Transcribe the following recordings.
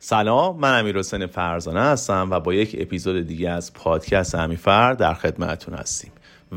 سلام، من امیرحسین فرزانه هستم و با یک اپیزود دیگه از پادکست امیفر در خدمتتون هستیم.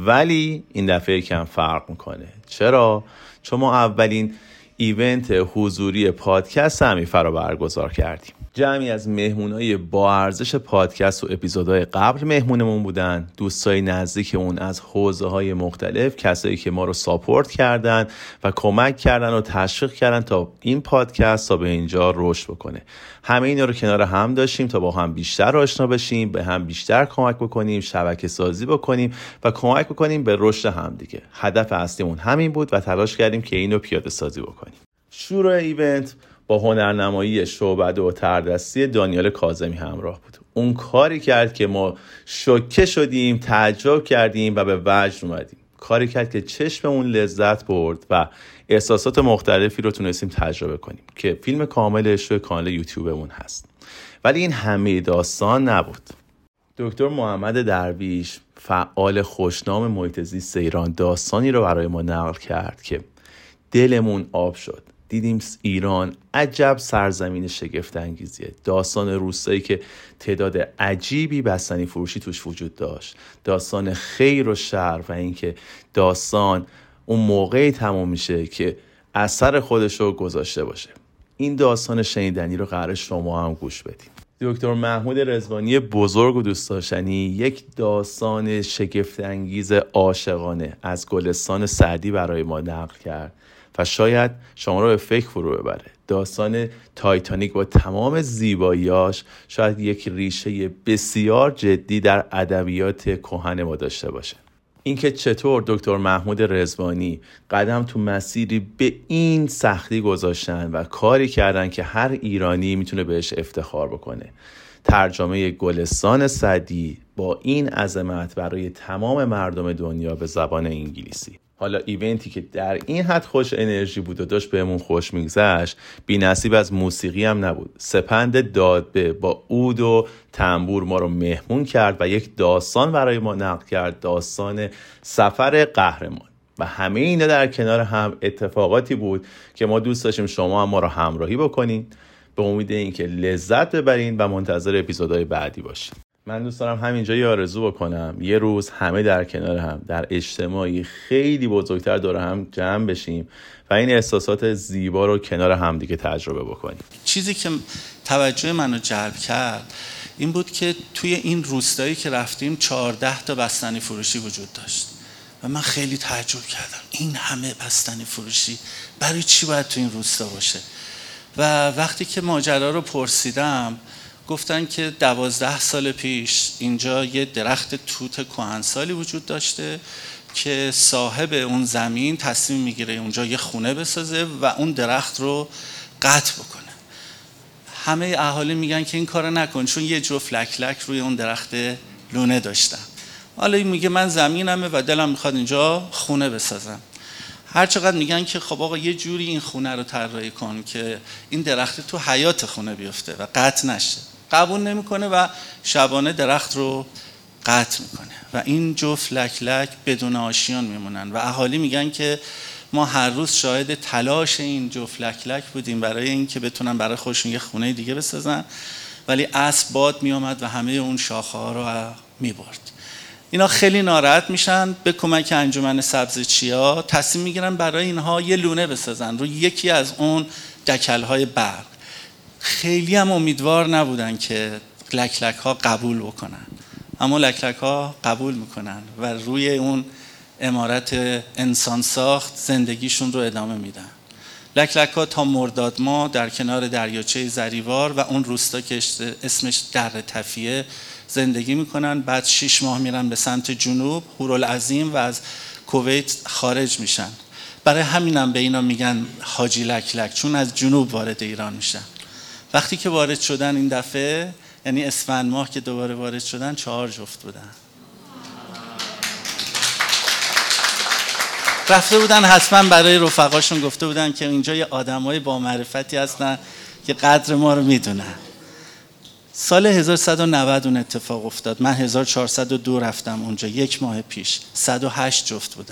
ولی این دفعه کم فرق میکنه. چرا؟ چون ما اولین ایونت حضوری پادکست امیفر رو برگزار کردیم. جمعی از مهمونای با ارزش پادکست و اپیزودهای قبل مهمونمون بودن، دوستای نزدیکمون از حوزه‌های مختلف، کسایی که ما رو ساپورت کردن و کمک کردن و تشویق کردن تا این پادکست تا به اینجا رشد بکنه. همه اینا رو کنار هم داشتیم تا با هم بیشتر آشنا بشیم، به هم بیشتر کمک بکنیم، شبکه سازی بکنیم و کمک بکنیم به رشد هم دیگه. هدف اصلیمون همین بود و تلاش کردیم که اینو پیاده سازی بکنیم. شروع ایونت با هنرنمایی شعبده و تردستی دانیال کاظمی همراه بود. اون کاری کرد که ما شوکه شدیم، تعجب کردیم و به وجد اومدیم. کاری کرد که چشممون لذت برد و احساسات مختلفی رو تونستیم تجربه کنیم که فیلم کاملش روی کانال یوتیوبمون هست. ولی این همه داستان نبود. دکتر محمد درویش، فعال خوشنام محیط زیست ایران، داستانی رو برای ما نقل کرد که دلمون آب شد. دیدیم ایران عجب سرزمین شگفت انگیزیه. داستان روستایی که تعداد عجیبی بستنی فروشی توش وجود داشت، داستان خیر و شر و اینکه داستان اون موقعی تمام میشه که اثر خودشو گذاشته باشه. این داستان شنیدنی رو قراره شما هم گوش بدید. دکتر محمود رضوانی بزرگ و دوست داشتنی یک داستان شگفت انگیز عاشقانه از گلستان سعدی برای ما نقل کرد و شاید شما رو به فکر فرو ببره. داستان تایتانیک با تمام زیباییاش شاید یک ریشه بسیار جدی در ادبیات کهن ما داشته باشه. اینکه چطور دکتر محمود رضوانی قدم تو مسیری به این سختی گذاشتن و کاری کردن که هر ایرانی میتونه بهش افتخار بکنه. ترجمه گلستان سعدی با این عظمت برای تمام مردم دنیا به زبان انگلیسی. حالا ایونتی که در این حد خوش انرژی بود و داشت بهمون خوش میگذشت، بی نصیب از موسیقی هم نبود. سپند دادبه با عود و تنبور ما رو مهمون کرد و یک داستان برای ما نقل کرد، داستان سفر قهرمان. و همه اینا در کنار هم اتفاقاتی بود که ما دوست داشتیم شما هم ما رو همراهی بکنین، به امید اینکه لذت ببرین و منتظر اپیزودهای بعدی باشین. من دوست دارم همینجا یه آرزو بکنم یه روز همه در کنار هم در اجتماعی خیلی بزرگتر دور هم جمع بشیم و این احساسات زیبا رو کنار هم دیگه تجربه بکنیم. چیزی که توجه منو جلب کرد این بود که توی این روستایی که رفتیم 14 تا بستنی فروشی وجود داشت و من خیلی تعجب کردم این همه بستنی فروشی برای چی باید تو این روستا باشه. و وقتی که ماجرا رو پرسیدم گفتن که 12 سال پیش اینجا یه درخت توت کهنسالی وجود داشته که صاحب اون زمین تصمیم میگیره اونجا یه خونه بسازه و اون درخت رو قطع بکنه. همه اهالی میگن که این کارو نکن چون یه جفت لک لک روی اون درخت لونه داشتن. حالا این میگه من زمینمه و دلم میخواد اینجا خونه بسازم. هر چقدر میگن که خب آقا یه جوری این خونه رو طراحی کن که این درخت تو حیات خونه بیفته و قطع نشه. قبول نمیکنه و شبانه درخت رو قطع میکنه و این جفت لک لک بدون آشیان میمونن و اهالی میگن که ما هر روز شاهد تلاش این جفت لک لک بودیم برای اینکه بتونن برای خودشون یه خونه دیگه بسازن، ولی اسب باد میومد و همه اون شاخه ها رو میبرد. اینا خیلی ناراحت میشن، به کمک انجمن سبزچیا تصمیم میگیرن برای اینها یه لونه بسازن روی یکی از اون دکل‌های برق. خیلی هم امیدوار نبودن که لک لک ها قبول بکنن، اما لک لک ها قبول میکنن و روی اون عمارت انسان ساخت زندگیشون رو ادامه میدن. لک لک ها تا مرداد ماه در کنار دریاچه زریوار و اون روستا که اسمش در تفیه زندگی میکنن. بعد 6 ماه میرن به سمت جنوب هورالعظیم و از کویت خارج میشن. برای همینم به اینا میگن حاجی لک لک، چون از جنوب وارد ایران میشن. وقتی که وارد شدن این دفعه، یعنی اسفند ماه که دوباره وارد شدن، 4 جفت بودن. رفته بودن حتما برای رفقاشون گفته بودن که اینجا یه آدمای با معرفتی هستن که قدر ما رو میدونن. سال 1190 اون اتفاق افتاد. من 1402 رفتم اونجا، 1 ماه پیش 108 جفت بودن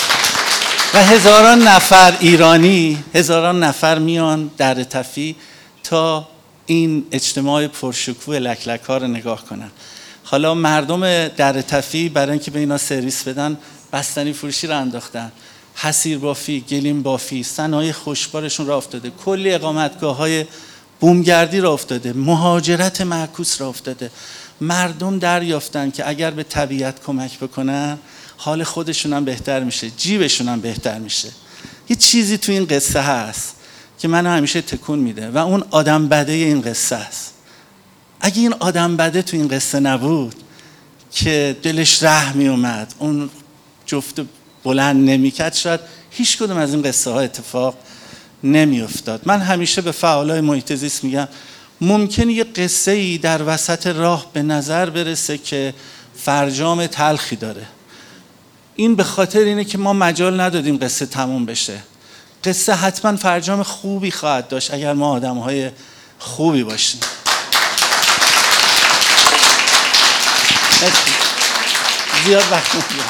و هزاران نفر ایرانی، هزاران نفر میان در تفی تا این اجتماع پرشکوه لکلک ها رو نگاه کنن. حالا مردم در تفی برای اینکه به اینا سرویس بدن بستنی فروشی رو انداختن، حصیر بافی، گلیم بافی، صنایع خوشبارشون را افتاده، کلی اقامتگاه های بومگردی را افتاده، مهاجرت معکوس را افتاده. مردم دریافتن که اگر به طبیعت کمک بکنن حال خودشون هم بهتر میشه، جیبشون هم بهتر میشه. یه چیزی تو این قصه هست که منو همیشه تکون میده و اون آدم بده این قصه است. اگه این آدم بده تو این قصه نبود که دلش رحم می اومد، اون جفت بلند نمیکرد، شاید هیچ کدوم از این قصه ها اتفاق نمی افتاد. من همیشه به فعالای محیط زیست میگم ممکنه یه قصه ای در وسط راه به نظر برسه که فرجام تلخی داره. این به خاطر اینه که ما مجال ندادیم قصه تموم بشه. قصه حتما فرجام خوبی خواهد داشت اگر ما آدم‌های خوبی باشیم. زیاد وقت نمی‌گیرم.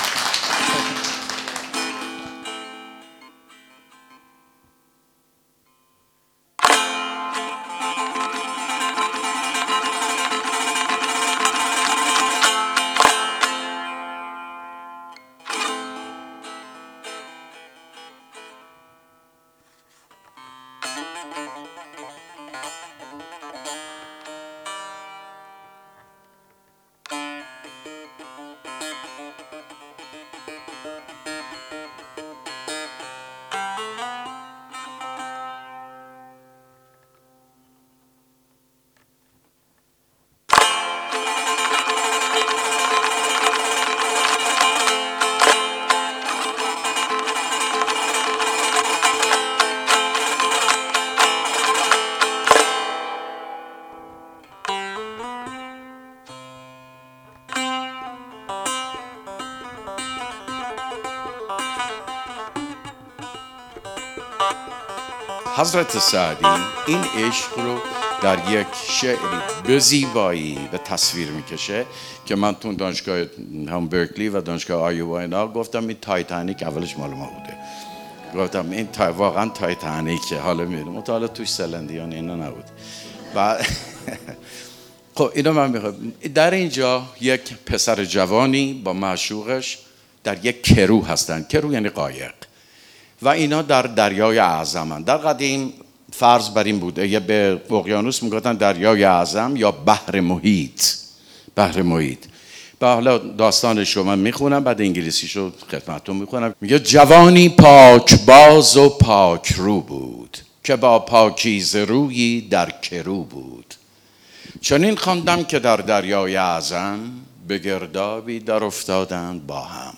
حضرت سعدی این عشق رو در یک شعری به زیبایی به تصویر میکشه که من تو دانشگاه هم برکلی و دانشگاه آیووا اینا گفتم این تایتانیک اولش مال ما بوده. گفتم این واقعا تایتانیکه، حالا میبینم حالا توش سلندیان اینا نبود. و خب اینو من میخوام در اینجا یک پسر جوانی با معشوقش در یک کرو هستن. کرو یعنی قایق و اینا در دریای اعظمن. در قدیم فرض بر این بوده یه به اقیانوس میگفتن دریای اعظم یا بحر محیط. بحر محیط. و حالا داستانش رو من میخونم بعد انگلیسیش رو خدمتتون میخونم. میگه جوانی پاک باز و پاک رو بود که با پاکیزه رویی در کرو بود. چنین خواندم که در دریای اعظم به گردابی در افتادند با هم.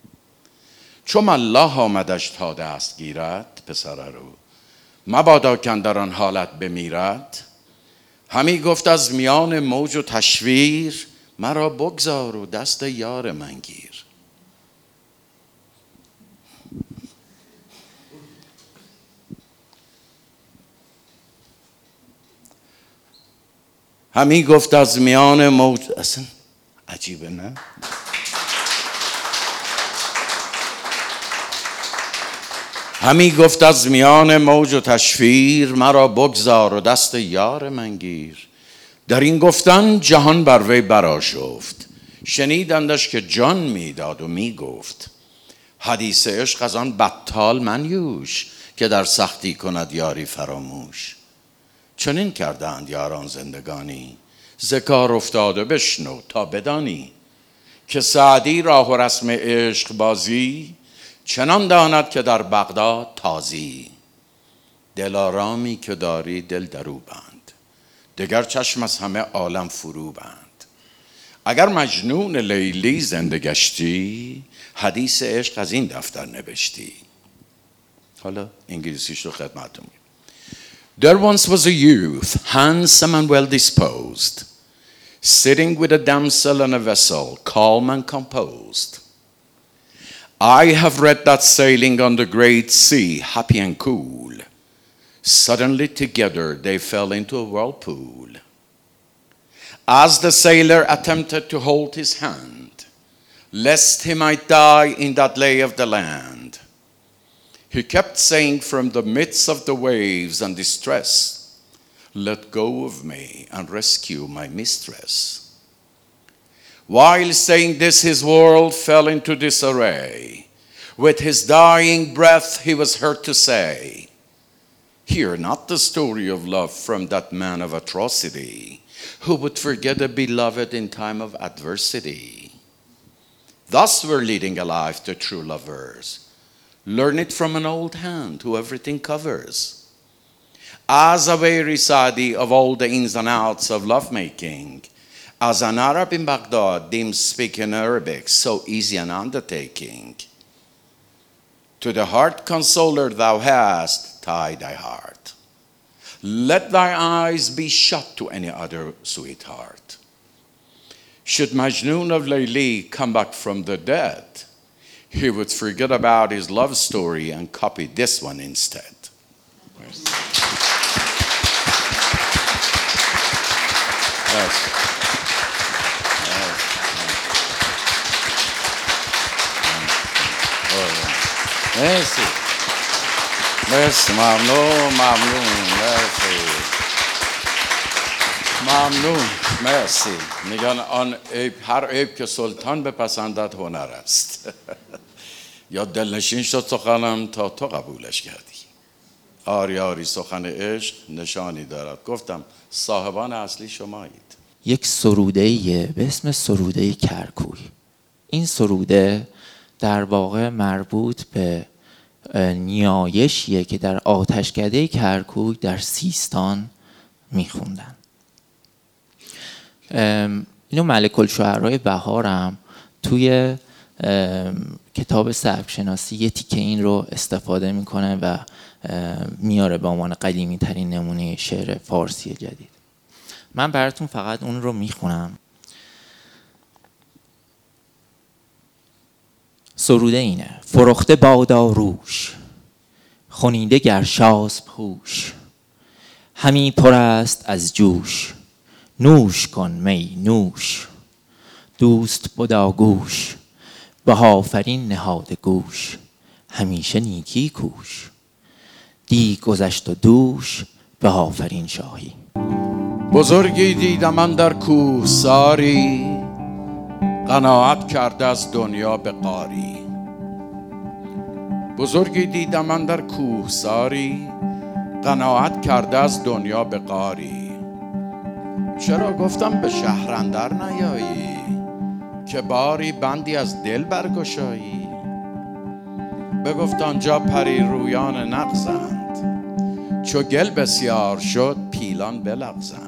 چون الله آمدش تا دست گیرد پسر رو مبادا کن در آن حالت بمیرد. همی گفت از میان موج و تشویر مرا بگذار و دست یار من گیر. همی گفت از میان موج، اصلا عجیبه نه؟ همی گفت از میان موج و تشویر مرا بگذار و دست یار من گیر. در این گفتن جهان بر وی برآشفت، شنیدندش که جان میداد و میگفت حدیث عشق از آن بطال منیوش که در سختی کند یاری فراموش. چنین کردند یاران زندگانی ز کار افتاده بشنو تا بدانی که سعدی راه و رسم عشق بازی چنان داند که در بغداد تازی. دلارامی که داری دل درو بند دگر چشم از همه عالم فرو بند. اگر مجنون لیلی زنده گشتی حدیث عشق از این دفتر نوشتی. حالا انگلیسیش رو خدمتتون میگم. There once was a youth, handsome and well disposed, sitting with a damsel on a vessel, calm and composed. I have read that sailing on the great sea, happy and cool, suddenly together they fell into a whirlpool. As the sailor attempted to hold his hand, lest he might die in that lay of the land, he kept saying from the midst of the waves and distress, let go of me and rescue my mistress. While saying this, his world fell into disarray. With his dying breath, he was heard to say, hear not the story of love from that man of atrocity, who would forget a beloved in time of adversity. Thus we're leading a life to true lovers. Learn it from an old hand who everything covers. As a weary Sadi of all the ins and outs of lovemaking, as an Arab in Baghdad deems speaking Arabic so easy an undertaking, to the heart consoler thou hast tie thy heart. Let thy eyes be shut to any other sweetheart. Should Majnun of Layli come back from the dead, he would forget about his love story and copy this one instead. Yes. مرسی مرسی ممنون مرسی. میگن آن عیب، هر عیب که سلطان بپسندد هنر است. یا دلنشین شد سخنم تا تو قبولش کردی. آری آری سخن عشق نشانی دارد. گفتم صاحبان اصلی شمایید. یک سروده‌ایه به اسم سروده کرکوی. این سروده در واقع مربوط به نیایشیه که در آتشکده کرکوی در سیستان میخوندن. اینو ملک الشعرای بهارم توی کتاب سبک شناسی یه تیکه این رو استفاده میکنه و میاره به عنوان قدیمی ترین نمونه شعر فارسی جدید. من براتون فقط اون رو میخونم. سروده اینه: فرخته بادا روش، خونیده گرشاس پوش، همی پر است از جوش، نوش کن می نوش، دوست بدا گوش، به آفرین نهاد گوش، همیشه نیکی کوش، دی گذشت و دوش، به آفرین شاهی. بزرگی دیدم من در کوهساری، قناعت کرده از دنیا به قاری. بزرگی دیدم من در کوهساری، قناعت کرده از دنیا به قاری. چرا گفتم به شهر اندر نیایی، که باری بندی از دل برگشایی. بگفت آنجا پری رویان نغزند، چو گل بسیار شد پیلان بلغزند.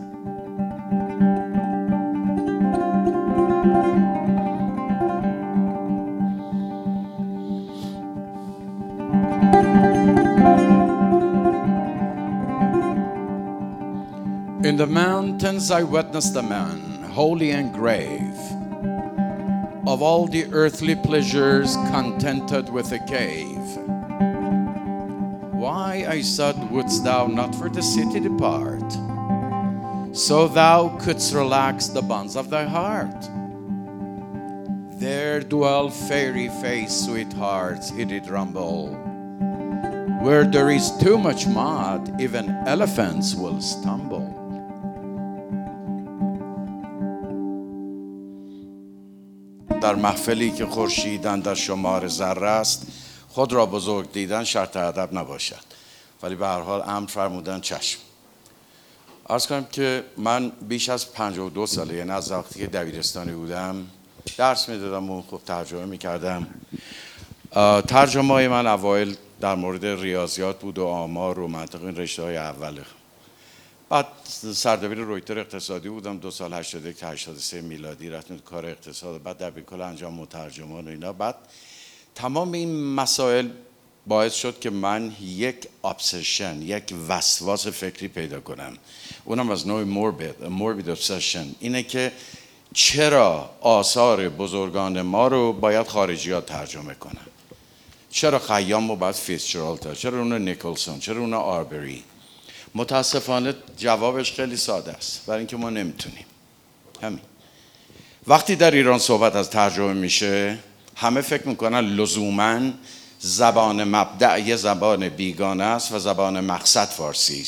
In the mountains I witnessed a man, holy and grave, of all the earthly pleasures contented with a cave. Why, I said, wouldst thou not for the city depart, so thou couldst relax the bonds of thy heart? There dwell fairy-faced sweethearts, he did rumble. Where there is too much mud, even elephants will stumble. در محفلی که خورشید اندر شمار ذره است، خود را بزرگ دیدن شرط ادب نباشد. ولی به هر حال امر فرمودن چشم. عرض کنم که من بیش از 52 ساله، یعنی از وقتی که دبیرستانی بودم درس میدادم و خب ترجمه میکردم. ترجمه های من اوایل در مورد ریاضیات بود و آمار و منطق، این رشته های اوله. بعد سردبیر رویتر اقتصادی بودم 2 سال 81 تا 83 میلادی، رفتم کار اقتصاد، بعد در بیکل انجام مترجمان و اینا. بعد تمام این مسائل باعث شد که من یک ابسشن، یک وسواس فکری پیدا کنم. اونم از نوع موربید ابسشن. اینه که چرا آثار بزرگان ما رو باید خارجی‌ها ترجمه کنن؟ چرا خیام رو باید فیتزجرالد، چرا اون نیکلسون، چرا اون آربری؟ متاسفانه جوابش خیلی ساده است، برای اینکه ما نمیتونیم. همین. وقتی در ایران صحبت از ترجمه میشه، همه فکر میکنن لزوماً زبان مبدأ یه زبان بیگانه است و زبان مقصد فارسی است.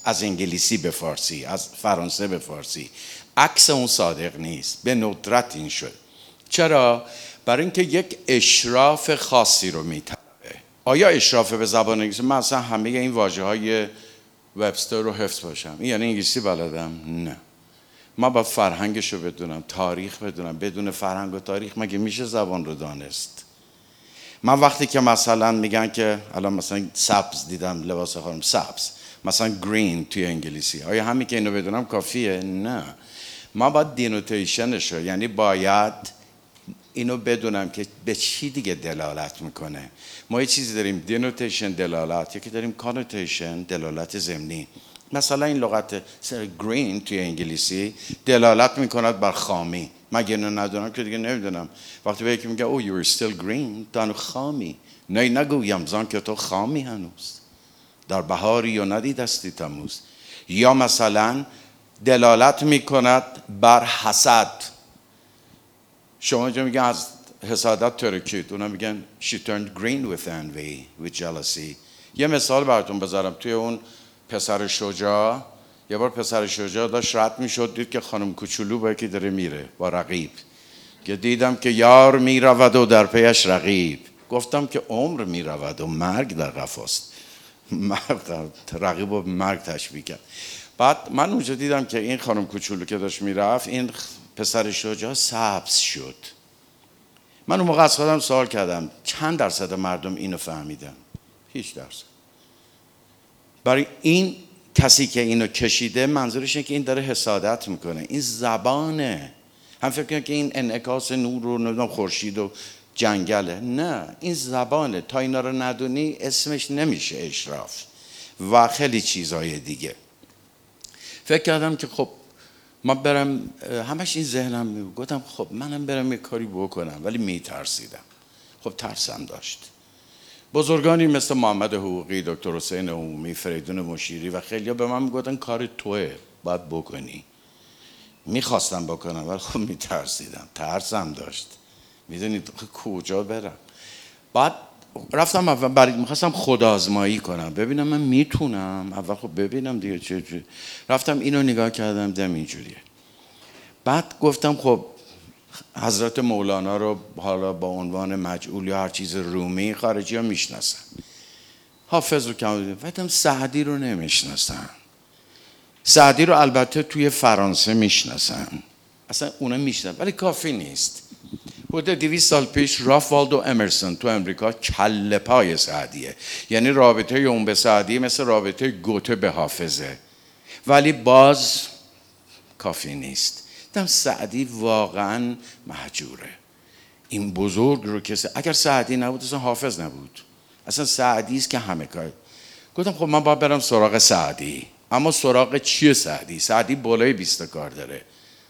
از انگلیسی به فارسی، از فرانسه به فارسی. عکس اون صادق نیست، به ندرت این شد. چرا؟ برای اینکه یک اشراف خاصی رو میطلبه. آیا اشراف به زبان انگلیسی؟ من اصلا همه این واژه‌های وبستر رو حفظ باشم، این یعنی انگلیسی بلدم؟ نه. ما باید فرهنگش رو بدونم، تاریخ بدونم. بدون فرهنگ و تاریخ مگه میشه زبان رو دانست؟ من وقتی که مثلا میگن که الان مثلا سبز دیدم لباس خانم سبز، مثلا گرین توی انگلیسی، آیا همین که اینو بدونم کافیه؟ نه. ما باید دینوتیشنش رو، یعنی باید اینو بدونم که به چی دیگه دلالت میکنه. ما یه چیزی داریم دینوتیشن دلالت، یکی داریم کانوتیشن دلالت ضمنی. مثلا این لغت گرین توی انگلیسی دلالت میکند بر خامی. مگه اینو ندونم که دیگه نمیدونم. وقتی به یکی میگه oh you are still green، تو هنوز خامی. نه نگویم زان که تو خامی هنوز، در بهاری یا ندیدستی تموز. یا مثلا دلالت میکند بر حسد. شما اینجا میگن از حسادت ترکید، اونا میگن she turned green with envy with jealousy. یه مثال براتون بذارم. توی اون پسر شجاع، یه بار پسر شجاع داشت رد میشد، دید که خانم کوچولو با یکی داره میره با رقیب، که دیدم که یار میرود و در پیش رقیب. گفتم که عمر میرود و مرگ در قفاست. رقیب و مرگ تشبیه کرد. بعد من اونجا دیدم که این خانم کوچولو که داشت میرفت، این پسر شجاع سبز شد. من اون موقع از خودم سوال کردم چند درصد مردم اینو فهمیدن؟ هیچ درصد. برای این کسی که اینو کشیده منظورش اینه که این داره حسادت میکنه. این زبانه. هم فکر کنه که این انعکاس نور و نمیدونم خورشید و جنگله. نه، این زبانه. تا اینا رو ندونی اسمش نمیشه اشراف و خیلی چیزای دیگه. فکر کردم که خب ما برم، همش این ذهنم میگه، گفتم خب منم برم یه کاری بکنم، ولی میترسیدم. خب ترسم داشت. بزرگانی مثل محمد حقوقی، دکتر حسین عمومی، فریدون مشیری و خیلیا به من میگفتن کار توئه، باید بکنی. میخواستم بکنم ولی خب میترسیدم، ترسم داشت. میدونید کجا برم؟ بعد رفتم اول میخواستم خودآزمایی کنم، ببینم من میتونم. اول خب ببینم دیگه چه. رفتم اینو نگاه کردم، دیدم اینجوریه. بعد گفتم خب حضرت مولانا رو حالا با عنوان مجعول یا هر چیز رومی خارجی ها میشناسن، حافظ رو کم دیدم، وقتم سعدی رو نمیشناسن. سعدی رو البته توی فرانسه میشناسن، اصلا اونا میشناسن، ولی کافی نیست. بوده 200 سال پیش رالف والدو امرسون تو امریکا کله پای سعدیه. یعنی رابطه اون به سعدی مثل رابطه گوته به حافظه، ولی باز کافی نیست. دیدم سعدی واقعا مهجوره. این بزرگ رو کسی، اگر سعدی نبود اصلا حافظ نبود، اصلا سعدی است که همه کار. گفتم خب من باید برم سراغ سعدی. اما سراغ چیه سعدی؟ سعدی بالای 20 کار داره.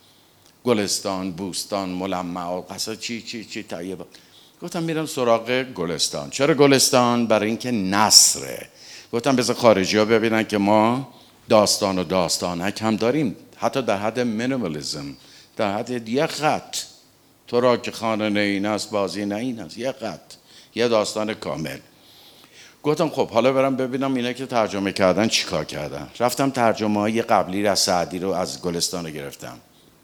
گلستان، بوستان، ملمع، قصه چی طیبه. گفتم میرم سراغ گلستان. چرا گلستان؟ برای اینکه نثره. گفتم بذار خارجی ها ببینن که ما داستان و داستانک هم داریم، حتی در حد مینیمالیسم، در حد یه خط. تو را که خانه نه این است بازی نه این است، یه خط، یه داستان کامل. گفتم خب حالا برم ببینم اینا که ترجمه کردن چیکار کردن. رفتم ترجمه های قبلی از سعدی رو از گلستان رو گرفتم.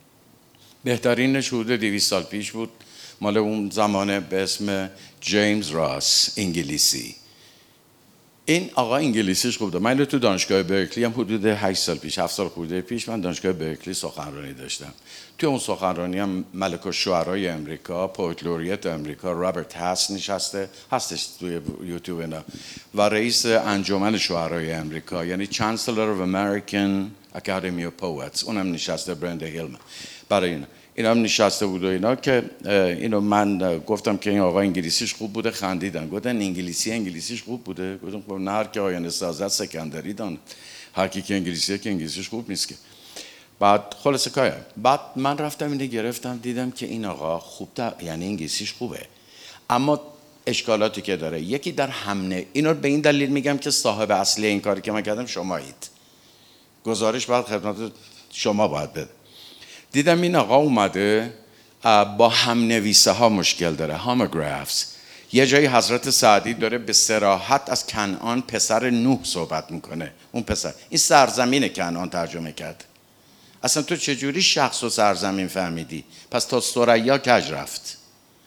بهترینش حدود 200 سال پیش بود، مال اون زمانه، به اسم جیمز راس، انگلیسی. این آقا انگلیسیش خوب داره. من تو دانشگاه برکلی هم حدود 8 سال پیش، 7 سال خورده پیش، من دانشگاه برکلی سخنرانی داشتم. توی اون سخنرانی هم ملک الشعرای امریکا، پوئت لوریت امریکا رابرت هست نشسته، هستش توی یوتیوب اینا، و رئیس انجمن شعرای امریکا، یعنی چانسلر of American Academy of Poets، اونم نشسته، برنده هیلمن. برای اینا هم نشسته بود و اینا که اینو من گفتم که این آقا انگلیسیش خوب بوده، خندیدن. گفتن انگلیسیش خوب بوده؟ گفتم خب نه، هر کی آینده سازد سکندری داند، هر کی که انگلیسیش خوب نیست که. بعد خلاصه کایا، بعد من رفتم اینو گرفتم، دیدم که این آقا خوب یعنی انگلیسیش خوبه، اما اشکالاتی که داره، یکی در حمله. اینو به این دلیل میگم که صاحب اصلی این کاری که من کردم شمایید. گزارش بعد خدمت شما باید بده. دیدم این آقا اومده با هم نویسه ها مشکل داره، هاموگرافز، یه جایی حضرت سعدی داره به صراحت از کنعان پسر نوح صحبت میکنه. اون پسر، این سرزمین کنعان ترجمه کرد. اصلا تو چجوری شخص و سرزمین فهمیدی؟ پس تا ثریا کج رفت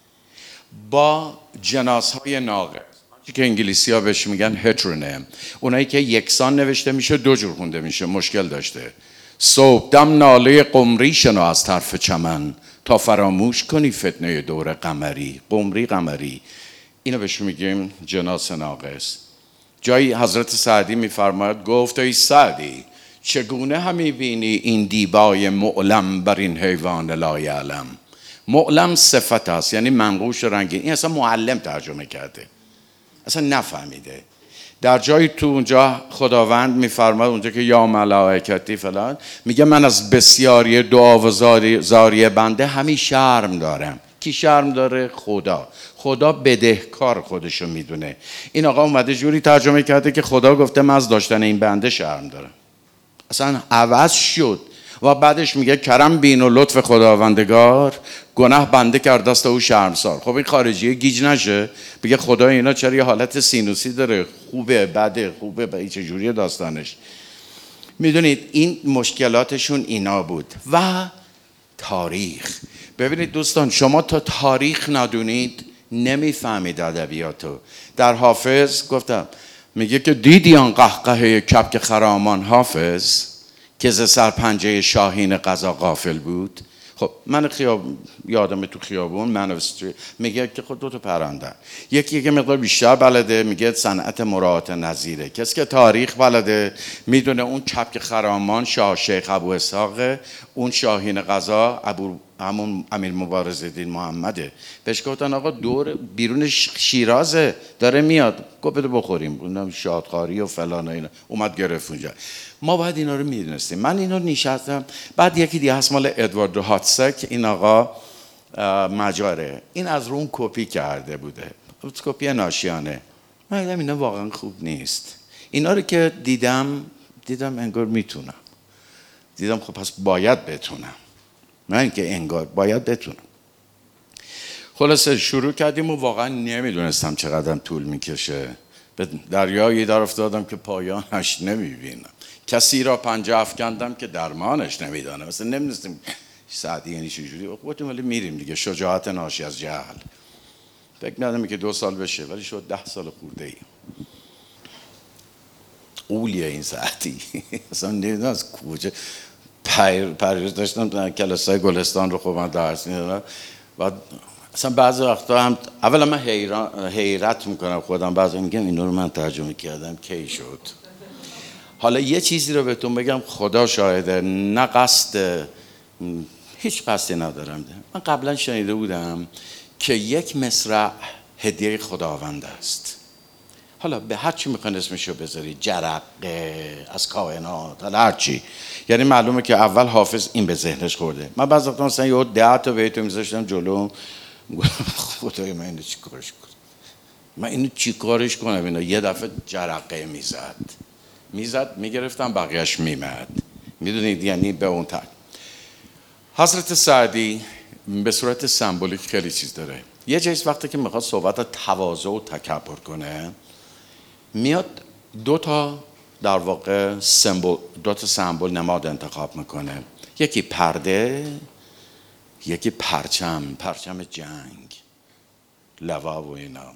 با جناسهای ناقص که انگلیسی ها بهش میگن هترونیم، اونایی که یکسان نوشته میشه دو جور خونده میشه، مشکل داشته. صبحدم ناله قمری شنو از طرف چمن، تا فراموش کنی فتنه دور قمری. قمری اینو بهش میگیم جناس ناقص. جایی حضرت سعدی میفرماید گفت ای سعدی چگونه همی بینی این دیبای معلم بر این حیوان لایعلم. معلم صفت است، یعنی منقوش رنگین. این اصلا معلم ترجمه کرده، اصلا نفهمیده. در جایی تو اونجا خداوند میفرماد اونجا که یا ملائکتی فلان، میگه من از بسیاری دعا و زاری بنده همین شرم دارم. کی شرم داره؟ خدا بدهکار خودشو میدونه. این آقا اومده جوری ترجمه کرده که خدا گفته من از داشتن این بنده شرم دارم. اصلا عوض شد. و بعدش میگه کرم بین و لطف خداوندگار، گناه بنده کرد دست او شرمسار. خب این خارجیه گیج نشه بگه خدا اینا چرا یه حالت سینوسی داره، خوبه بده، خوبه چه جوریه داستانش. میدونید این مشکلاتشون اینا بود. و تاریخ. ببینید دوستان، شما تا تاریخ ندونید نمیفهمید ادبیاتو. در حافظ گفتم میگه که دیدی آن قهقه کبک خرامان حافظ، که ز سر پنجه شاهین قضا غافل بود. خب من یادم تو خیابون من میگه که خود دو تا پرنده، یکی که مقدار بیشتر بلده میگه صنعت مراعات نظیره، کسی که تاریخ بلده میدونه اون کبک خرامان شاه شیخ ابو اسحاق، اون شاهین قضا همون امیر مبارزالدین محمده. بهش گفتن آقا دور بیرون شیرازه داره میاد، گفت بده بخوریم، اونم شادخواری و فلان و اینا. اومد گرفت اونجا. ما باید اینا رو میدونستیم. من اینا نشستم. بعد یکی دیگه هست مال ادوارد هاتسک، این آقا مجاره، این از رون کپی کرده بوده، کپی ناشیانه. من دیدم اینا واقعا خوب نیست. اینا رو که دیدم انگار میتونم. دیدم خب پس باید بتونم، نه اینکه انگار باید بتونم. خلاصه شروع کردیم و واقعا نمیدونستم چقدر طول میکشه. به دریایی در افتادم که پایانش نمیبینم، کسی را پنجه افکندم که درمانش نمیدانه. مثلا نمیدونستیم سعدی یعنی چجوری. گفتیم ولی میریم دیگه، شجاعت ناشی از جهل. فکر ندارم که 2 سال بشه ولی شد 10 سال خورده ای. قولیه این سعدی. اصلا نمیدونم از کجا پریروز داشتم در کلاسای گلستان رو خوب من درس میدادم و اصلا بعضی وقتا هم اولا من حیرت میکنم خودم، بعضی میگم اینو رو من ترجمه کردم کی شد. حالا یه چیزی رو بهتون بگم، خدا شاهده، نه قصد، هیچ قصدی ندارم. من قبلا شنیده بودم که یک مصرع هدیه خداوند است. حالا به هر چی میخواین اسمشو بذاری، جرقه از کائنات، حالا هر چی. یعنی معلومه که اول حافظ این به ذهنش خورده. من بعضی وقتا مثلا یه 10 تا بیت میذاشتم جلو، خدای من اینو چیکارش کنم؟ من اینو چیکارش کنم؟ اینا یه دفعه جرقه میزد میگرفتم بقیهش میمد. میدونید یعنی به اون تر. حضرت سعدی به صورت سمبولیک خیلی چیز داره. یه جایز وقتی که میخواد صحبت تواضع و تکبر کنه، میاد 2 تا در واقع سمبل نماد انتخاب میکنه. یکی پرده، یکی پرچم جنگ، لوا و اینا.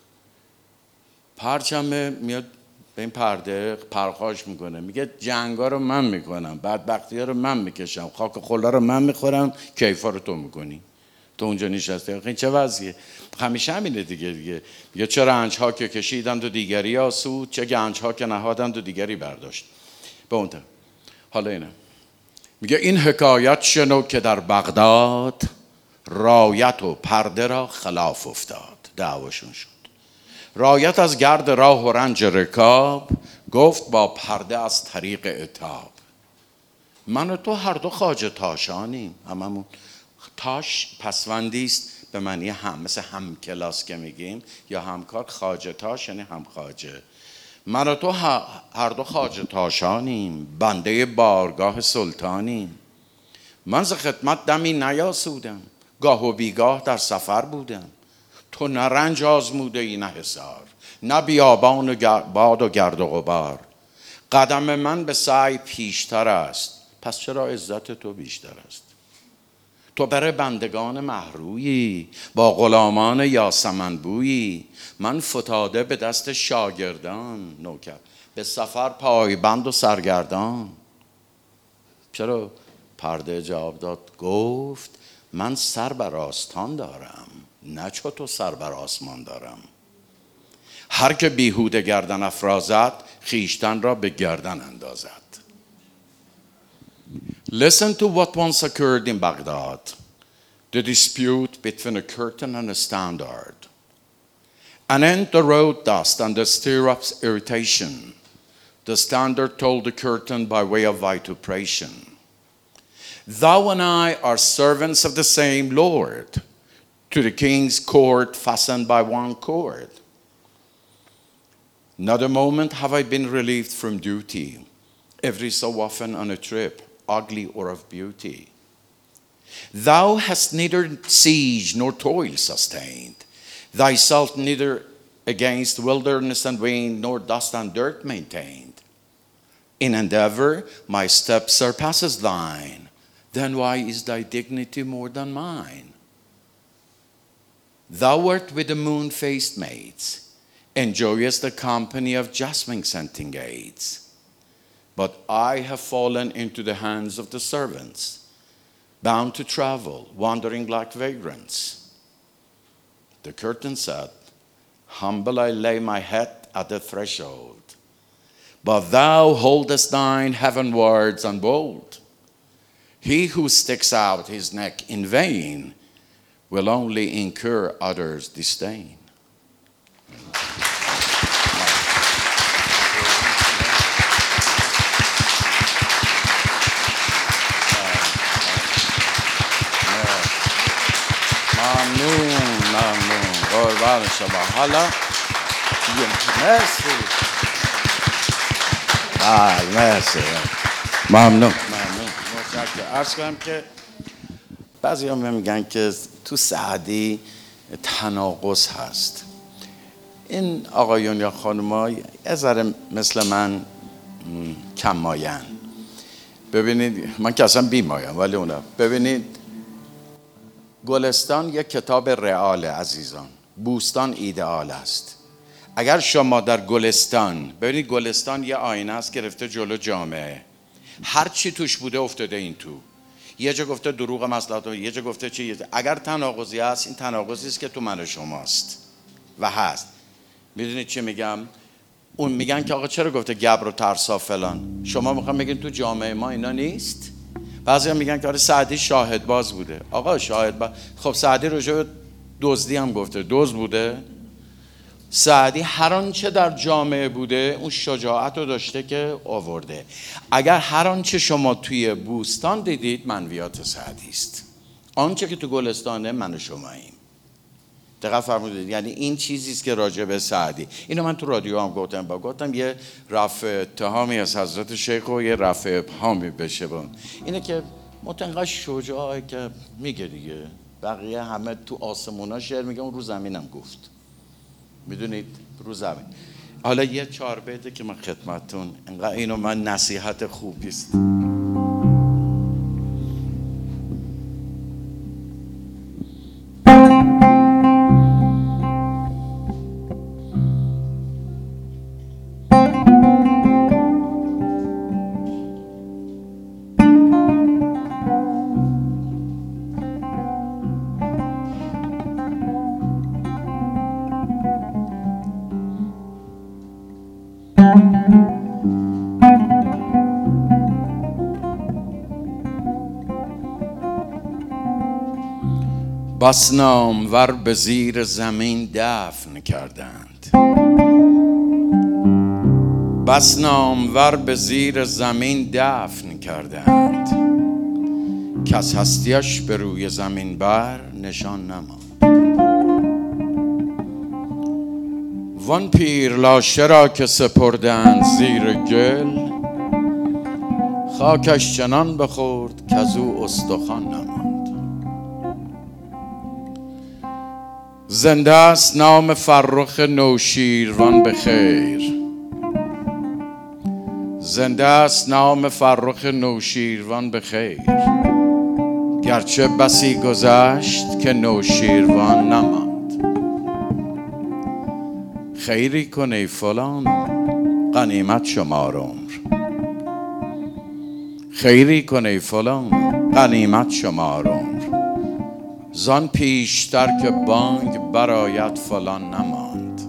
پرچم میاد به این پرده پرخاش میکنه، میگه جنگا رو من میکنم، بدبختی ها رو من میکشم، خاک خلا رو من میخورم، کیفا رو تو میکنی. تو اونجا نشسته. این چه وضعیه؟ همیشه همینه دیگه. میگه چه رنج ها که کشیدند و دیگری آسود، چه گنج ها که نهادند و دیگری برداشت. به اون طرف. حالا اینه میگه این حکایت شنو که در بغداد، رایت و پرده را خلاف افتاد. دعواشون شد. رایت از گرد راه و رنج رکاب، گفت با پرده از طریق عتاب. من و تو هر دو خواجه تاشانیم. هممون تاش پسوندی است به معنی هم، مثل هم کلاس که میگیم یا همکار. خواجه تاش یعنی هم خواجه. من و تو هر دو خواجه تاشانیم، بنده بارگاه سلطانیم. من ز خدمت دمی نیاسودم، گاه و بیگاه در سفر بودم. تو نه رنج آزموده ای نه حصار، نه بیابان و باد و گرد و غبار. قدم من به سعی پیشتر است، پس چرا عزت تو بیشتر است؟ تو بر بندگان محرویی، با غلامان یاسمن بویی. من فتاده به دست شاگردان، نوکر به سفر پایبند و سرگردان. چرا؟ پرده جواب داد گفت من سر بر آستان دارم، نه چو تو سر بر آسمان دارم. هر که بیهوده گردن افرازد، خیشتن را به گردن اندازد. Listen to what once occurred in Baghdad, the dispute between a curtain and a standard. Anent the road dust and the stirrups irritation, the standard told the curtain by way of vitupration, thou and I are servants of the same Lord, to the king's court fastened by one cord. Not a moment have I been relieved from duty, every so often on a trip, ugly or of beauty. Thou hast neither siege nor toil sustained, thyself neither against wilderness and wind, nor dust and dirt maintained. In endeavor my step surpasses thine, then why is thy dignity more than mine? Thou art with the moon-faced maids, enjoyest the company of jasmine-scenting aids. But I have fallen into the hands of the servants, bound to travel, wandering like vagrants. The curtain said, humble I lay my head at the threshold, but thou holdest thine heavenwards and bold. He who sticks out his neck in vain will only incur others' disdain. ممنون قربان شما. حالا مرسی. مرسی. ممنون. عرض کنم که بعضی هم میگن که تو سعدی تناقض هست. این آقایون یا خانم‌ها یه ذره مثل من کم ماین. ببینید من که اصلا بی مایم، ولی اونا ببینید گلستان یک کتاب رئال عزیزان، بوستان ایدئال است. اگر شما در گلستان ببینید، گلستان یه آینه است گرفته جلو جامعه، هر چی توش بوده افتاده این تو. یه جا گفته دروغ مصلحت، یه جا گفته چی. اگر تناقضی هست، این تناقضی است که تو من و شماست و هست. میدونید چی میگم؟ اون میگن که آقا چرا گفته گبر و ترسا فلان، شما میخوام بگین تو جامعه ما اینا نیست؟ بعضیا میگن که آره سعدی شاهد باز بوده. آقا شاهد باز، خب سعدی راجع به دزدی هم گفته، دزد بوده. سعدی هر آنچه در جامعه بوده اون شجاعت رو داشته که آورده. اگر هر آنچه شما توی بوستان دیدید منویات سعدی است، آنچه که تو گلستانه من و شماییم. دقیق فرمودید؟ یعنی این چیزی است که راجع به سعدی. اینو من تو رادیو هم گفتم یه رفع اتهامی از حضرت شیخ و یه رفع ابهامی بشه با اینه که متنقش شجاعه که میگه دیگه، بقیه همه تو آسمونا شعر میگه، اون رو زمینم گفت. میدونید رو زمین. حالا یه 4 بیته که من خدمتتون، انقدر اینو من نصیحت خوبی است. بس نامور به زیر زمین دفن کردند، بس نامور به زیر زمین دفن کردند، کس هستیش به روی زمین بر نشان نماند. وان پیر لاشه را که سپردند زیر گل، خاکش چنان بخورد که از او استخوان نماند. زنده است نام فرخ نوشیروان به خیر. زنده است نام فرخ نوشیروان به خیر. گرچه بسی گذشت که نوشیروان نماند. خیری کن ای فلان غنیمت شمار عمر. خیری کن ای فلان غنیمت شمار عمر. زان پیشتر که بانگ برآید فلان نماند.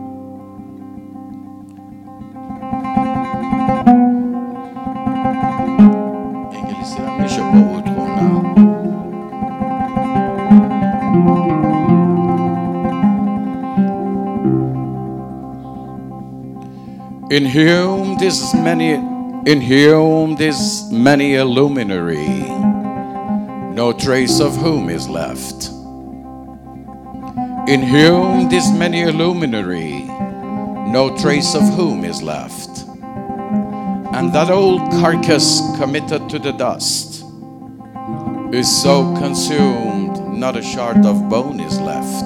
انگلیسی هم میشه با بود خونم. In whom this many a luminary, no trace of whom is left. In whom this many a luminary, no trace of whom is left. And that old carcass committed to the dust is so consumed, not a shard of bone is left.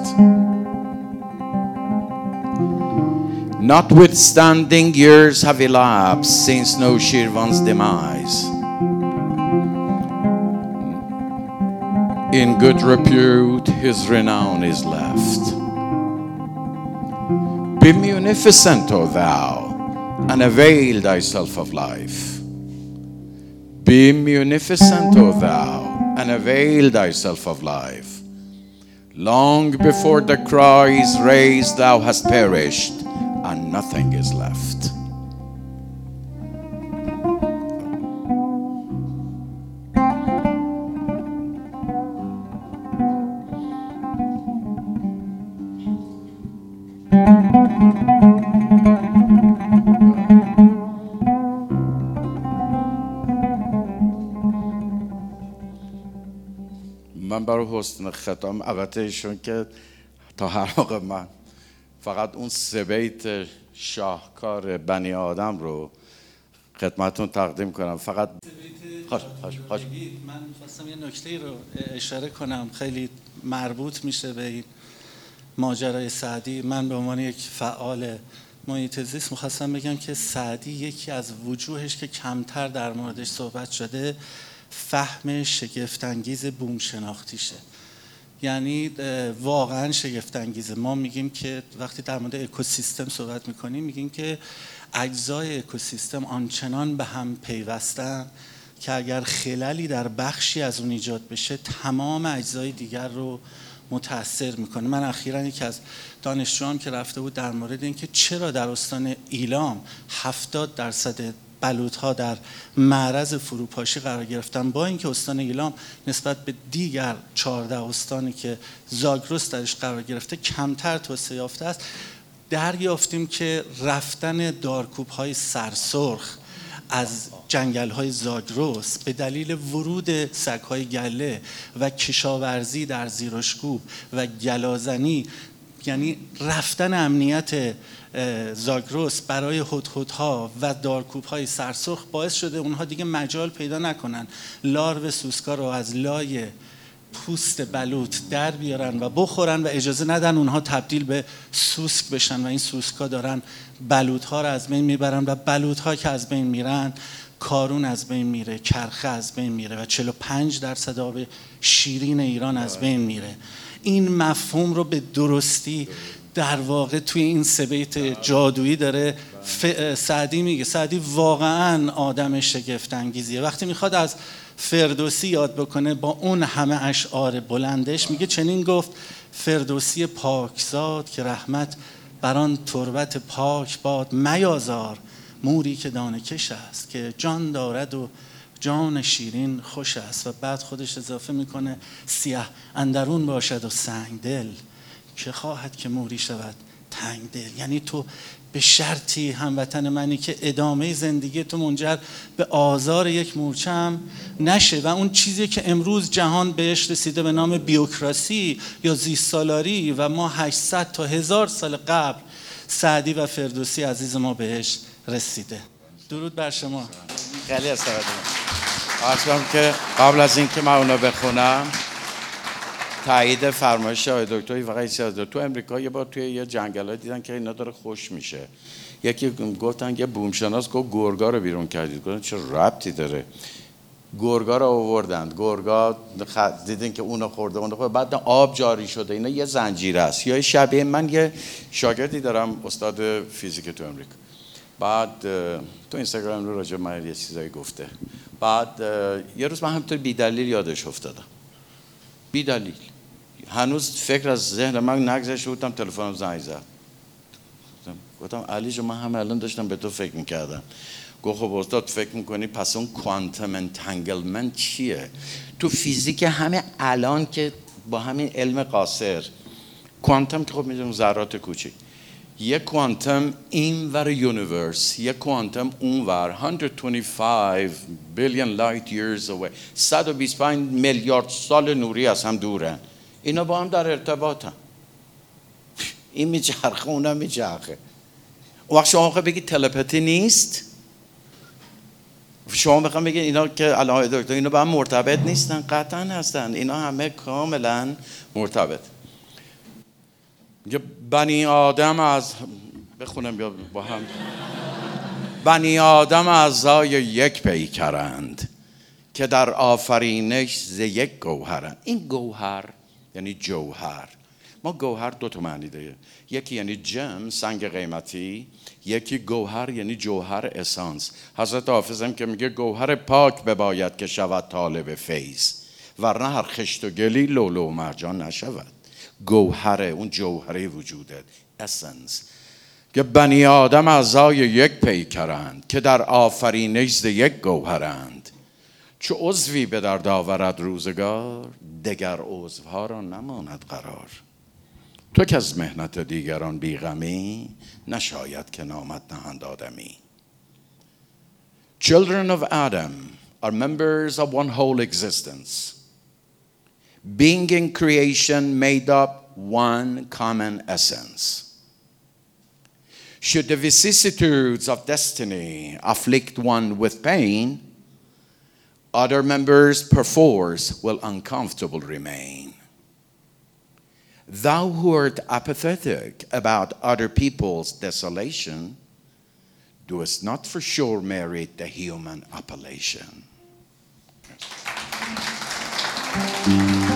Notwithstanding years have elapsed since Noshirvan's demise, in good repute his renown is left. Be munificent, O thou, and avail thyself of life. Be munificent, O thou, and avail thyself of life. Long before the cry is raised, thou hast perished, and nothing is left. من برای حسن ختام البته ایشون که تا هر موقع من فقط اون 3 بیت شاهکار بنی آدم رو خدمتون تقدیم کنم. فقط من می‌خواستم یه نکته رو اشاره کنم، خیلی مربوط میشه به این ماجرای سعدی. من به عنوان یک فعال محیط زیست می‌خواستم بگم که سعدی یکی از وجوهش که کمتر در موردش صحبت شده فهم شگفت‌انگیز بوم شناختیشه. یعنی واقعا شگفت‌انگیزه. ما میگیم که وقتی در مورد اکوسیستم صحبت میکنیم میگیم که اجزای اکوسیستم آنچنان به هم پیوستن که اگر خللی در بخشی از اون ایجاد بشه تمام اجزای دیگر رو متاثر میکنه. من اخیراً یکی از دانشجوام که رفته بود در مورد اینکه چرا در استان ایلام 70% بلوط‌ها در معرض فروپاشی قرار گرفتن، با اینکه استان ایلام نسبت به دیگر 14 استانی که زاگرس درش قرار گرفته کمتر توسعه یافته است، دریافتیم که رفتن دارکوب‌های سرسرخ از جنگل‌های زاگرس به دلیل ورود سگ‌های گله و کشاورزی در زیرشکوب و گلازنی، یعنی رفتن امنیت زاگرس برای هدهدها و دارکوب‌های سرسرخ باعث شده اونها دیگه مجال پیدا نکنن لارو سوسکا رو از لای پوست بلوط در بیارن و بخورن و اجازه ندن اونها تبدیل به سوسک بشن و این سوسکا دارن بلوط‌ها رو از بین میبرن و بلوط‌ها که از بین میرن کارون از بین میره، کرخه از بین میره و 45% آب شیرین ایران از بین میره. این مفهوم رو به درستی در واقع توی این 3 بیت جادویی داره سعدی میگه. سعدی واقعا آدم شگفت انگیزیه. وقتی میخواد از فردوسی یاد بکنه با اون همه اشعار بلندش میگه چنین گفت فردوسی پاکزاد که رحمت بران تربت پاک باد، میازار موری که دانه کش است که جان دارد و جان شیرین خوش است. و بعد خودش اضافه میکنه سیه اندرون باشد و سنگ دل، که خواهد که موری شود تنگ دل. یعنی تو به شرطی هموطن منی که ادامه زندگی تو منجر به آزار یک مورچه هم نشه. و اون چیزی که امروز جهان بهش رسیده به نام بیوکراسی یا زیست سالاری و ما 800 تا 1000 سال قبل سعدی و فردوسی عزیز ما بهش رسیده. درود بر شما. خیلی استفاده عرض کنم که قبل از اینکه من اونو بخونم تایید فرمایش آقای دکتر. فقط چیزی تو امریکا یه بار توی یه جنگل دیدن که اینا داره خوش میشه. یکی گفتن یه بومشناس گفت گرگا رو بیرون کردید. گفتن چه ربطی داره؟ گرگا رو آوردند. گرگا دیدین که اونو خورده بعد آب جاری شده. اینا یه زنجیره است. یا شبیه من یه شاگردی دارم استاد فیزیک تو امریکا. بعد تو اینستاگرام رو راجع من یه چیزایی گفته. بعد یه روز من همینطور بی‌دلیل یادش افتادم. بی‌دلیل. هنوز فکر از ذهن من نگذشته بودم تلفنم زنگ زد. گفتم علی جون من همه الان داشتم به تو فکر می‌کردم. گفت خب استاد فکر می‌کنی پس اون کوانتوم انتنگلمنت چیه؟ تو فیزیک همه الان که با همین علم قاصر کوانتوم که خب می‌دونم ذرات کوچیک، یک کوانتوم اینور یونیورس، یک کوانتوم اونور 125 بیلیون لایت ایرز away 125 میلیارد سال نوری از هم دورن. اینا با هم در ارتباطن. این میچرخه اونم میچرخه. اون وقت شما بگید تلپاتی نیست، شما بخوام بگید اینا که الان دکتر اینا با هم مرتبط نیستن، قطعا هستن. اینا همه کاملا مرتبط. بنی آدم از بخونم یا با هم بنی آدم اعضای یک پیکرند که در آفرینش ز یک گوهرند. این گوهر یعنی جوهر. ما گوهر دو تا معنی داره. یکی یعنی جم، سنگ قیمتی. یکی گوهر یعنی جوهر اسانس. حضرت حافظ هم که میگه گوهر پاک بباید که شود طالب فیض، ورنه هر خشت و گلی لولو و مرجان نشود. گوهره، اون جوهره وجوده، اسنس. که بنی آدم اعضای یک پیکرند که در آفرینش ز یک گوهرند. چو عضوی به درد آورد روزگار، دگر عضوها را نماند قرار. تو که از مهنت دیگران بیغمی، نشاید که نامت نهند آدمی. Children of Adam are members of one whole existence, being in creation made up one common essence. Should the vicissitudes of destiny afflict one with pain, other members perforce will uncomfortable remain. Thou who art apathetic about other people's desolation, doest not for sure merit the human appellation.